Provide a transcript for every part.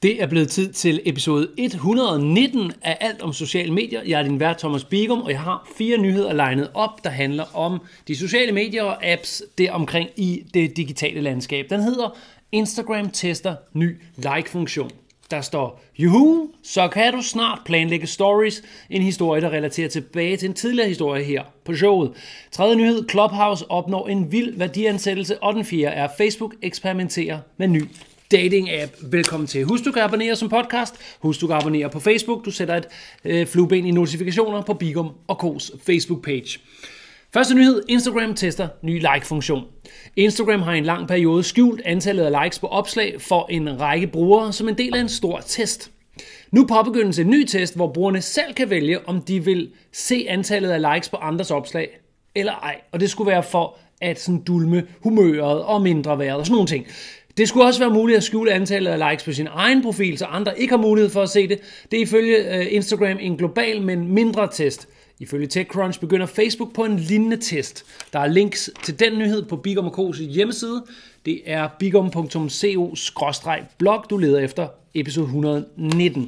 Det er blevet tid til episode 119 af Alt om sociale medier. Jeg er din vært Thomas Bigum, og jeg har 4 nyheder legnet op, der handler om de sociale medier og apps deromkring i det digitale landskab. Den hedder Instagram tester ny like-funktion. Der står, juhu, så kan du snart planlægge stories. En historie, der relaterer tilbage til en tidligere historie her på showet. Tredje nyhed, Clubhouse opnår en vild værdiansættelse. Og den fjerde er, Facebook eksperimenterer med ny dating-app. Velkommen til. Husk, du kan abonnere som podcast. Husk, du kan abonnere på Facebook. Du sætter et flueben i notifikationer på Bigum og K's Facebook-page. Første nyhed, Instagram tester ny like-funktion. Instagram har i en lang periode skjult antallet af likes på opslag for en række brugere som en del af en stor test. Nu påbegyndes en ny test, hvor brugerne selv kan vælge, om de vil se antallet af likes på andres opslag eller ej. Og det skulle være for at sådan dulme humøret og mindre vejret og sådan nogle ting. Det skulle også være muligt at skjule antallet af likes på sin egen profil, så andre ikke har mulighed for at se det. Det er ifølge Instagram en global, men mindre test. Ifølge TechCrunch begynder Facebook på en lignende test. Der er links til den nyhed på Bigum og K's hjemmeside. Det er bigum.co/blog, du leder efter episode 119.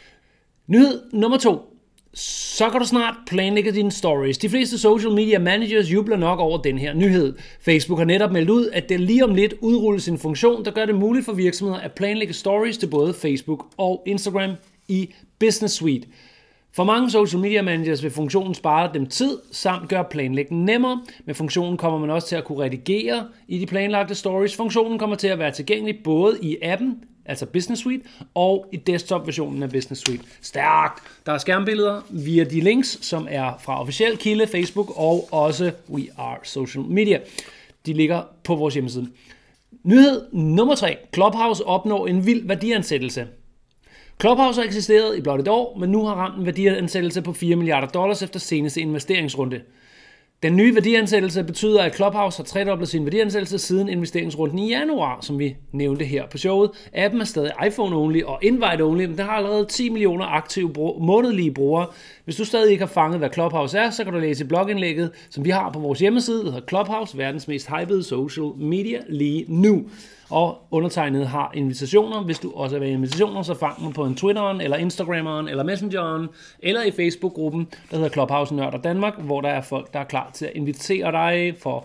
Nyhed nummer 2. Så kan du snart planlægge dine stories. De fleste social media managers jubler nok over den her nyhed. Facebook har netop meldt ud, at det lige om lidt udrulles en funktion, der gør det muligt for virksomheder at planlægge stories til både Facebook og Instagram i Business Suite. For mange social media managers vil funktionen spare dem tid, samt gøre planlægningen nemmere. Med funktionen kommer man også til at kunne redigere i de planlagte stories. Funktionen kommer til at være tilgængelig både i appen, altså Business Suite, og i desktop-versionen af Business Suite. Stærkt! Der er skærmbilleder via de links, som er fra officiel kilde, Facebook og også We Are Social Media. De ligger på vores hjemmeside. Nyhed nummer 3. Clubhouse opnår en vild værdiansættelse. Clubhouse har eksisteret i blot et år, men nu har ramt en værdiansættelse på $4 milliarder efter seneste investeringsrunde. Den nye værdiansættelse betyder, at Clubhouse har tredoblet sin værdiansættelse siden investeringsrunden i januar, som vi nævnte her på showet. Appen er stadig iPhone-only og invite-only, men den har allerede 10 millioner aktive månedlige brugere. Hvis du stadig ikke har fanget, hvad Clubhouse er, så kan du læse blogindlægget, som vi har på vores hjemmeside, der hedder Clubhouse, verdens mest hypede social media lige nu. Og undertegnet har invitationer. Hvis du også vil have invitationer, så fang mig på en Twitteren, eller Instagrammeren, eller Messengeren, eller i Facebook-gruppen, der hedder Clubhouse Nørder Danmark, hvor der er folk, der er klar til at invitere dig for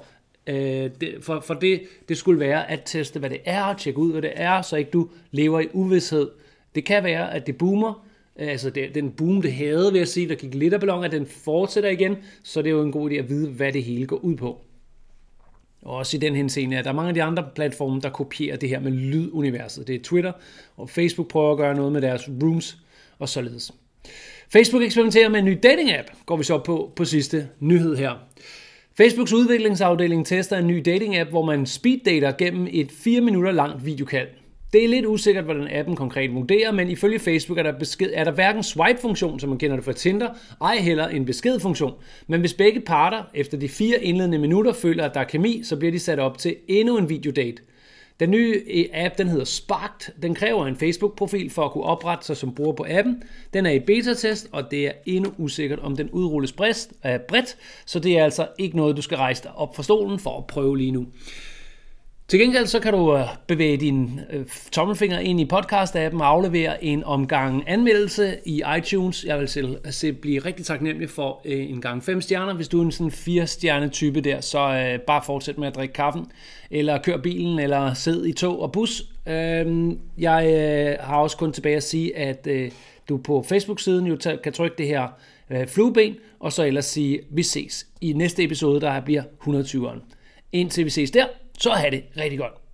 det skulle være at teste, hvad det er, og tjekke ud, hvad det er, så ikke du lever i uvished. Det kan være, at det boomer, altså den boom, det havde, vil jeg sige, der gik lidt af ballon, at den fortsætter igen, så det er jo en god idé at vide, hvad det hele går ud på. Og også i den henseende, at der er mange af de andre platforme, der kopierer det her med lyduniverset. Det er Twitter, og Facebook prøver at gøre noget med deres rooms og således. Facebook eksperimenterer med en ny dating-app, går vi så på sidste nyhed her. Facebooks udviklingsafdeling tester en ny dating-app, hvor man speeddater gennem et 4 minutter langt videokald. Det er lidt usikkert, hvordan appen konkret vurderer, men ifølge Facebook er der hverken swipe-funktion, som man kender det fra Tinder, ej heller en besked-funktion. Men hvis begge parter efter de 4 indledende minutter føler, at der er kemi, så bliver de sat op til endnu en videodate. Den nye app, den hedder Sparked. Den kræver en Facebook-profil for at kunne oprette sig som bruger på appen. Den er i beta-test, og det er endnu usikkert, om den udrulles bredt, så det er altså ikke noget, du skal rejse dig op fra stolen for at prøve lige nu. Til gengæld så kan du bevæge din tommelfinger ind i podcast-appen og aflevere en omgang anmeldelse i iTunes. Jeg vil selv blive rigtig taknemmelig for en gang 5 stjerner. Hvis du er en sådan 4-stjerne type der, så bare fortsæt med at drikke kaffen, eller kør bilen, eller sid i tog og bus. Jeg har også kun tilbage at sige, at du på Facebook-siden jo kan trykke det her flueben, og så ellers sige, vi ses i næste episode, der bliver 120'eren. Indtil vi ses der, så have det rigtig godt.